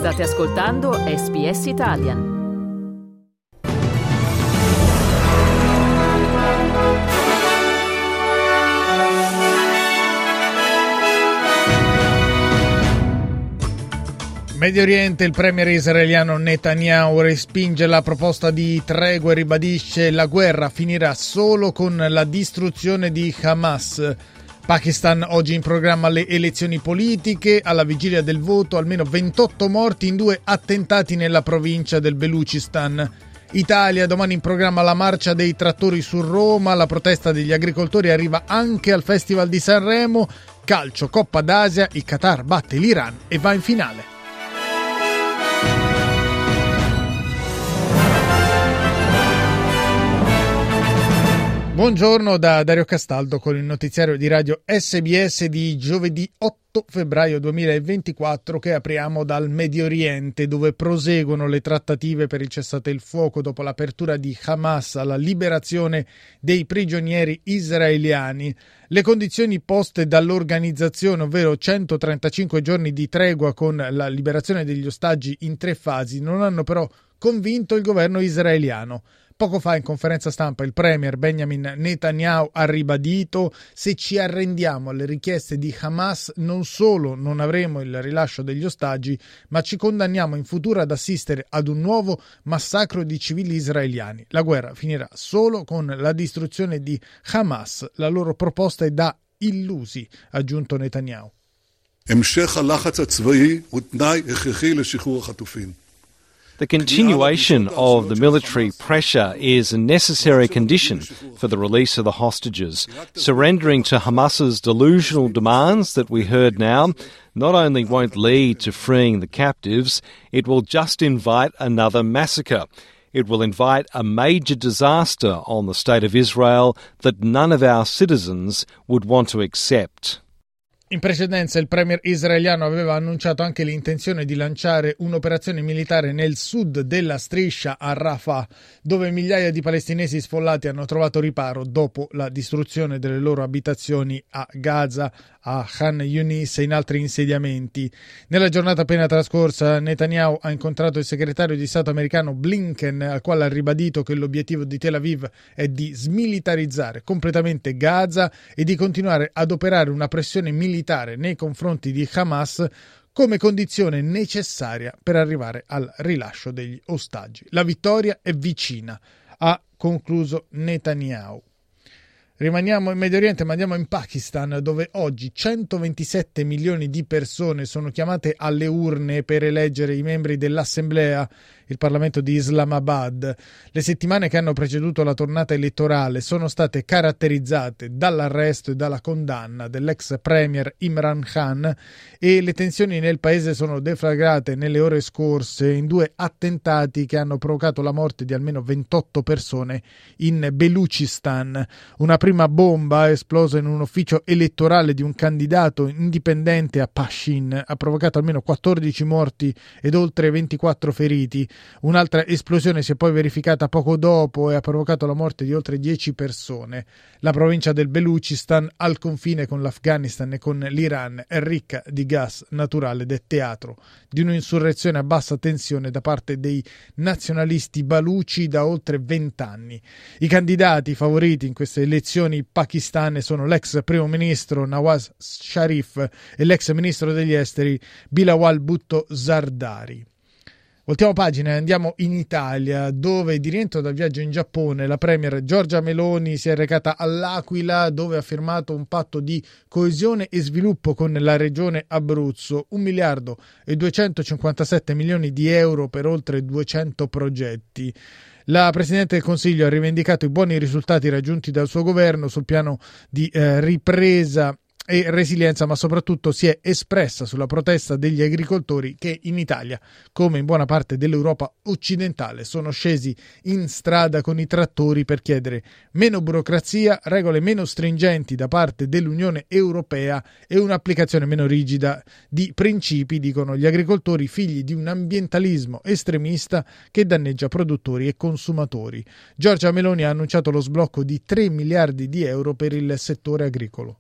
State ascoltando SBS Italian. Medio Oriente, il premier israeliano Netanyahu respinge la proposta di tregua e ribadisce la guerra finirà solo con la distruzione di Hamas. Pakistan, oggi in programma le elezioni politiche, alla vigilia del voto almeno 28 morti in 2 attentati nella provincia del Belucistan. Italia, domani in programma la marcia dei trattori su Roma, la protesta degli agricoltori arriva anche al Festival di Sanremo. Calcio, Coppa d'Asia, il Qatar batte l'Iran e va in finale. Buongiorno da Dario Castaldo con il notiziario di radio SBS di giovedì 8 febbraio 2024 che apriamo dal Medio Oriente, dove proseguono le trattative per il cessate il fuoco dopo l'apertura di Hamas alla liberazione dei prigionieri israeliani. Le condizioni poste dall'organizzazione, ovvero 135 giorni di tregua con la liberazione degli ostaggi in 3 fasi, non hanno però convinto il governo israeliano. Poco fa in conferenza stampa il premier Benjamin Netanyahu ha ribadito: se ci arrendiamo alle richieste di Hamas non solo non avremo il rilascio degli ostaggi, ma ci condanniamo in futuro ad assistere ad un nuovo massacro di civili israeliani. La guerra finirà solo con la distruzione di Hamas. La loro proposta è da illusi, ha aggiunto Netanyahu. The continuation of the military pressure is a necessary condition for the release of the hostages. Surrendering to Hamas's delusional demands that we heard now not only won't lead to freeing the captives, it will just invite another massacre. It will invite a major disaster on the state of Israel that none of our citizens would want to accept. In precedenza il premier israeliano aveva annunciato anche l'intenzione di lanciare un'operazione militare nel sud della striscia a Rafah, dove migliaia di palestinesi sfollati hanno trovato riparo dopo la distruzione delle loro abitazioni a Gaza, a Khan Yunis e in altri insediamenti. Nella giornata appena trascorsa Netanyahu ha incontrato il segretario di Stato americano Blinken, al quale ha ribadito che l'obiettivo di Tel Aviv è di smilitarizzare completamente Gaza e di continuare ad operare una pressione militare nei confronti di Hamas come condizione necessaria per arrivare al rilascio degli ostaggi. La vittoria è vicina, ha concluso Netanyahu. Rimaniamo in Medio Oriente, ma andiamo in Pakistan, dove oggi 127 milioni di persone sono chiamate alle urne per eleggere i membri dell'Assemblea, il Parlamento di Islamabad. Le settimane che hanno preceduto la tornata elettorale sono state caratterizzate dall'arresto e dalla condanna dell'ex premier Imran Khan e le tensioni nel paese sono deflagrate nelle ore scorse in 2 attentati che hanno provocato la morte di almeno 28 persone in Belucistan. Una prima bomba esplosa in un ufficio elettorale di un candidato indipendente a Pashin ha provocato almeno 14 morti ed oltre 24 feriti. Un'altra esplosione si è poi verificata poco dopo e ha provocato la morte di oltre 10 persone. La provincia del Belucistan, al confine con l'Afghanistan e con l'Iran, è ricca di gas naturale ed è teatro di un'insurrezione a bassa tensione da parte dei nazionalisti baluci da oltre 20 anni. I candidati favoriti in queste elezioni pakistane sono l'ex primo ministro Nawaz Sharif e l'ex ministro degli esteri Bilawal Bhutto Zardari. Voltiamo pagina e andiamo in Italia, dove di rientro dal viaggio in Giappone la premier Giorgia Meloni si è recata all'Aquila, dove ha firmato un patto di coesione e sviluppo con la regione Abruzzo, 1 miliardo e 257 milioni di euro per oltre 200 progetti. La Presidente del Consiglio ha rivendicato i buoni risultati raggiunti dal suo governo sul piano di ripresa e resilienza, ma soprattutto si è espressa sulla protesta degli agricoltori che in Italia, come in buona parte dell'Europa occidentale, sono scesi in strada con i trattori per chiedere meno burocrazia, regole meno stringenti da parte dell'Unione Europea e un'applicazione meno rigida di principi, dicono gli agricoltori, figli di un ambientalismo estremista che danneggia produttori e consumatori. Giorgia Meloni ha annunciato lo sblocco di 3 miliardi di euro per il settore agricolo.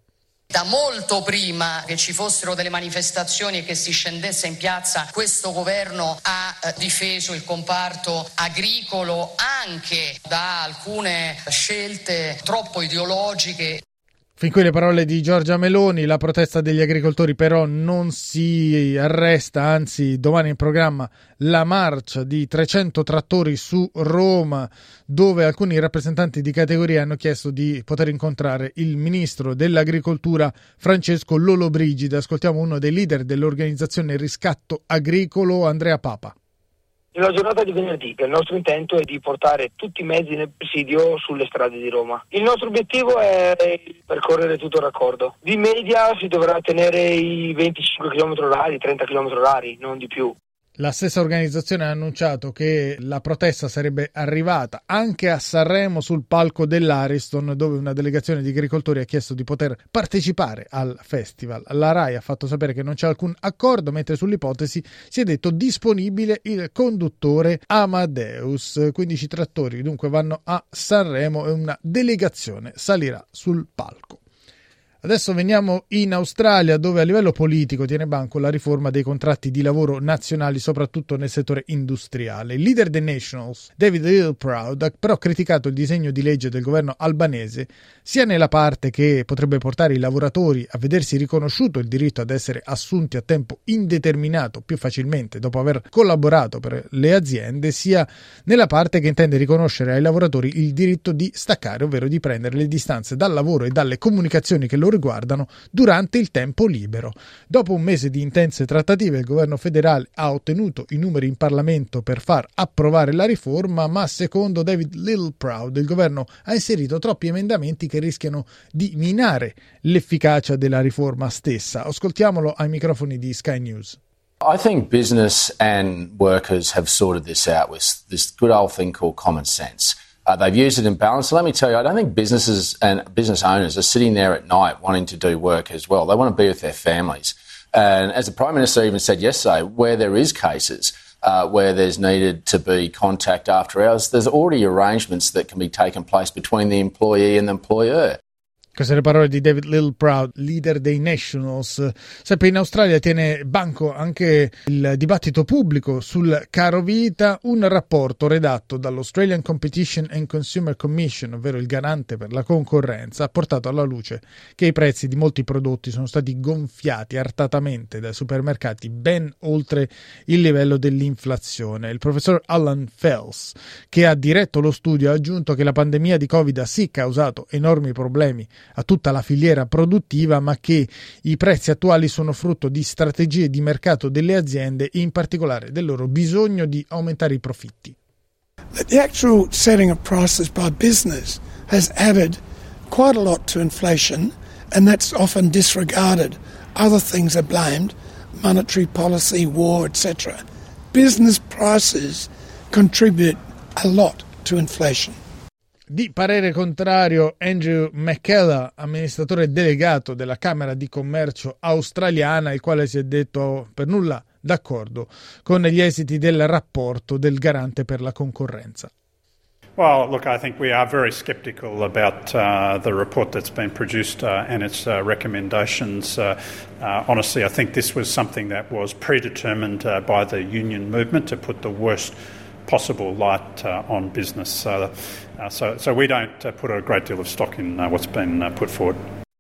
Da molto prima che ci fossero delle manifestazioni e che si scendesse in piazza, questo governo ha difeso il comparto agricolo anche da alcune scelte troppo ideologiche. Fin qui le parole di Giorgia Meloni. La protesta degli agricoltori però non si arresta, anzi domani è in programma la marcia di 300 trattori su Roma, dove alcuni rappresentanti di categoria hanno chiesto di poter incontrare il ministro dell'agricoltura Francesco Lollobrigida. Ascoltiamo uno dei leader dell'organizzazione Riscatto Agricolo, Andrea Papa. Nella giornata di venerdì il nostro intento è di portare tutti i mezzi nel presidio sulle strade di Roma. Il nostro obiettivo è percorrere tutto il raccordo. Di media si dovrà tenere i 25 km/h, 30 km/h, non di più. La stessa organizzazione ha annunciato che la protesta sarebbe arrivata anche a Sanremo sul palco dell'Ariston, dove una delegazione di agricoltori ha chiesto di poter partecipare al festival. La RAI ha fatto sapere che non c'è alcun accordo, mentre sull'ipotesi si è detto disponibile il conduttore Amadeus. 15 trattori dunque vanno a Sanremo e una delegazione salirà sul palco. Adesso veniamo in Australia, dove a livello politico tiene banco la riforma dei contratti di lavoro nazionali, soprattutto nel settore industriale. Il leader dei Nationals, David Littleproud, ha però criticato il disegno di legge del governo albanese sia nella parte che potrebbe portare i lavoratori a vedersi riconosciuto il diritto ad essere assunti a tempo indeterminato più facilmente dopo aver collaborato per le aziende, sia nella parte che intende riconoscere ai lavoratori il diritto di staccare, ovvero di prendere le distanze dal lavoro e dalle comunicazioni che lo riguardano durante il tempo libero. Dopo un mese di intense trattative, il governo federale ha ottenuto i numeri in Parlamento per far approvare la riforma, ma secondo David Littleproud il governo ha inserito troppi emendamenti che rischiano di minare l'efficacia della riforma stessa. Ascoltiamolo ai microfoni di Sky News. I think business and workers have sorted this out with this good old thing called common sense. They've used it in balance. So let me tell you, I don't think businesses and business owners are sitting there at night wanting to do work as well. They want to be with their families. And as the Prime Minister even said yesterday, where there is cases where there's needed to be contact after hours, there's already arrangements that can be taken place between the employee and the employer. Queste le parole di David Littleproud, leader dei Nationals. Sempre in Australia tiene banco anche il dibattito pubblico sul caro vita. Un rapporto redatto dall'Australian Competition and Consumer Commission, ovvero il garante per la concorrenza, ha portato alla luce che i prezzi di molti prodotti sono stati gonfiati artatamente dai supermercati ben oltre il livello dell'inflazione. Il professor Alan Fels, che ha diretto lo studio, ha aggiunto che la pandemia di Covid ha sì causato enormi problemi a tutta la filiera produttiva, ma che i prezzi attuali sono frutto di strategie di mercato delle aziende e in particolare del loro bisogno di aumentare i profitti. The actual setting of prices by business has added quite a lot to inflation, and that's often disregarded. Other things are blamed, monetary policy, war, etc. Business prices contribute a lot to inflation. Di parere contrario Andrew McKellar, amministratore delegato della Camera di Commercio australiana, il quale si è detto per nulla d'accordo con gli esiti del rapporto del garante per la concorrenza. Well, look, I think we are very sceptical about the report that's been produced and its recommendations. Honestly, I think this was something that was predetermined by the union movement to put the worst possible light on business. So we don't put a great deal of stock in what's been put forward.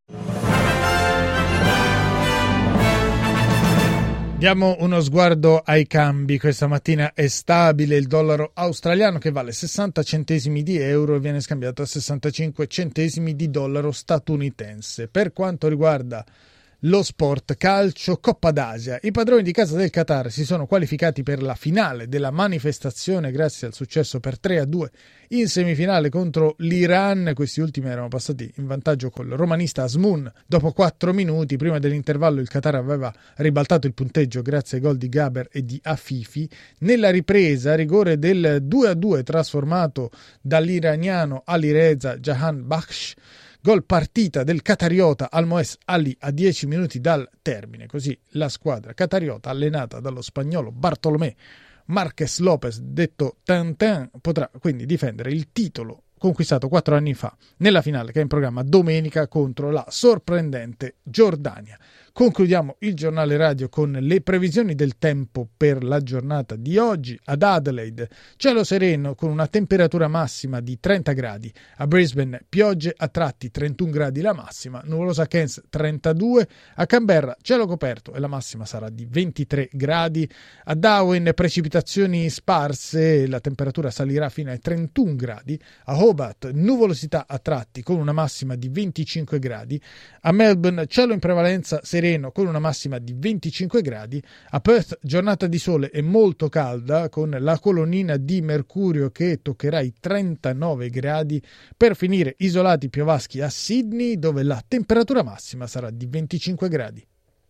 Diamo uno sguardo ai cambi. Questa mattina è stabile il dollaro australiano, che vale 60 centesimi di euro e viene scambiato a 65 centesimi di dollaro statunitense. Per quanto riguarda lo sport calcio, Coppa d'Asia. I padroni di casa del Qatar si sono qualificati per la finale della manifestazione grazie al successo per 3-2 in semifinale contro l'Iran. Questi ultimi erano passati in vantaggio col romanista Azmoun. Dopo 4 minuti, prima dell'intervallo, il Qatar aveva ribaltato il punteggio grazie ai gol di Gaber e di Afifi. Nella ripresa, rigore del 2-2 trasformato dall'iraniano Alireza Jahan Bakhsh. Gol partita del qatariota Almoez Ali a 10 minuti dal termine. Così la squadra qatariota, allenata dallo spagnolo Bartolomé Marquez Lopez, detto Tantan, potrà quindi difendere il titolo conquistato 4 anni fa nella finale che è in programma domenica contro la sorprendente Giordania. Concludiamo il giornale radio con le previsioni del tempo per la giornata di oggi. Ad Adelaide cielo sereno con una temperatura massima di 30 gradi, a Brisbane piogge a tratti 31 gradi la massima, nuvolosa a Cairns 32, a Canberra cielo coperto e la massima sarà di 23 gradi, a Darwin precipitazioni sparse, la temperatura salirà fino ai 31 gradi, a Hobart nuvolosità a tratti con una massima di 25 gradi, a Melbourne cielo in prevalenza sereno con una massima di 25 gradi, a Perth giornata di sole e molto calda con la colonnina di mercurio che toccherà i 39 gradi, per finire isolati piovaschi a Sydney dove la temperatura massima sarà di 25 gradi.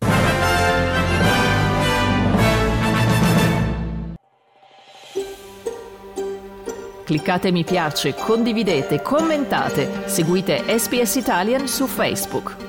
Cliccate mi piace, condividete, commentate, seguite SBS Italian su Facebook.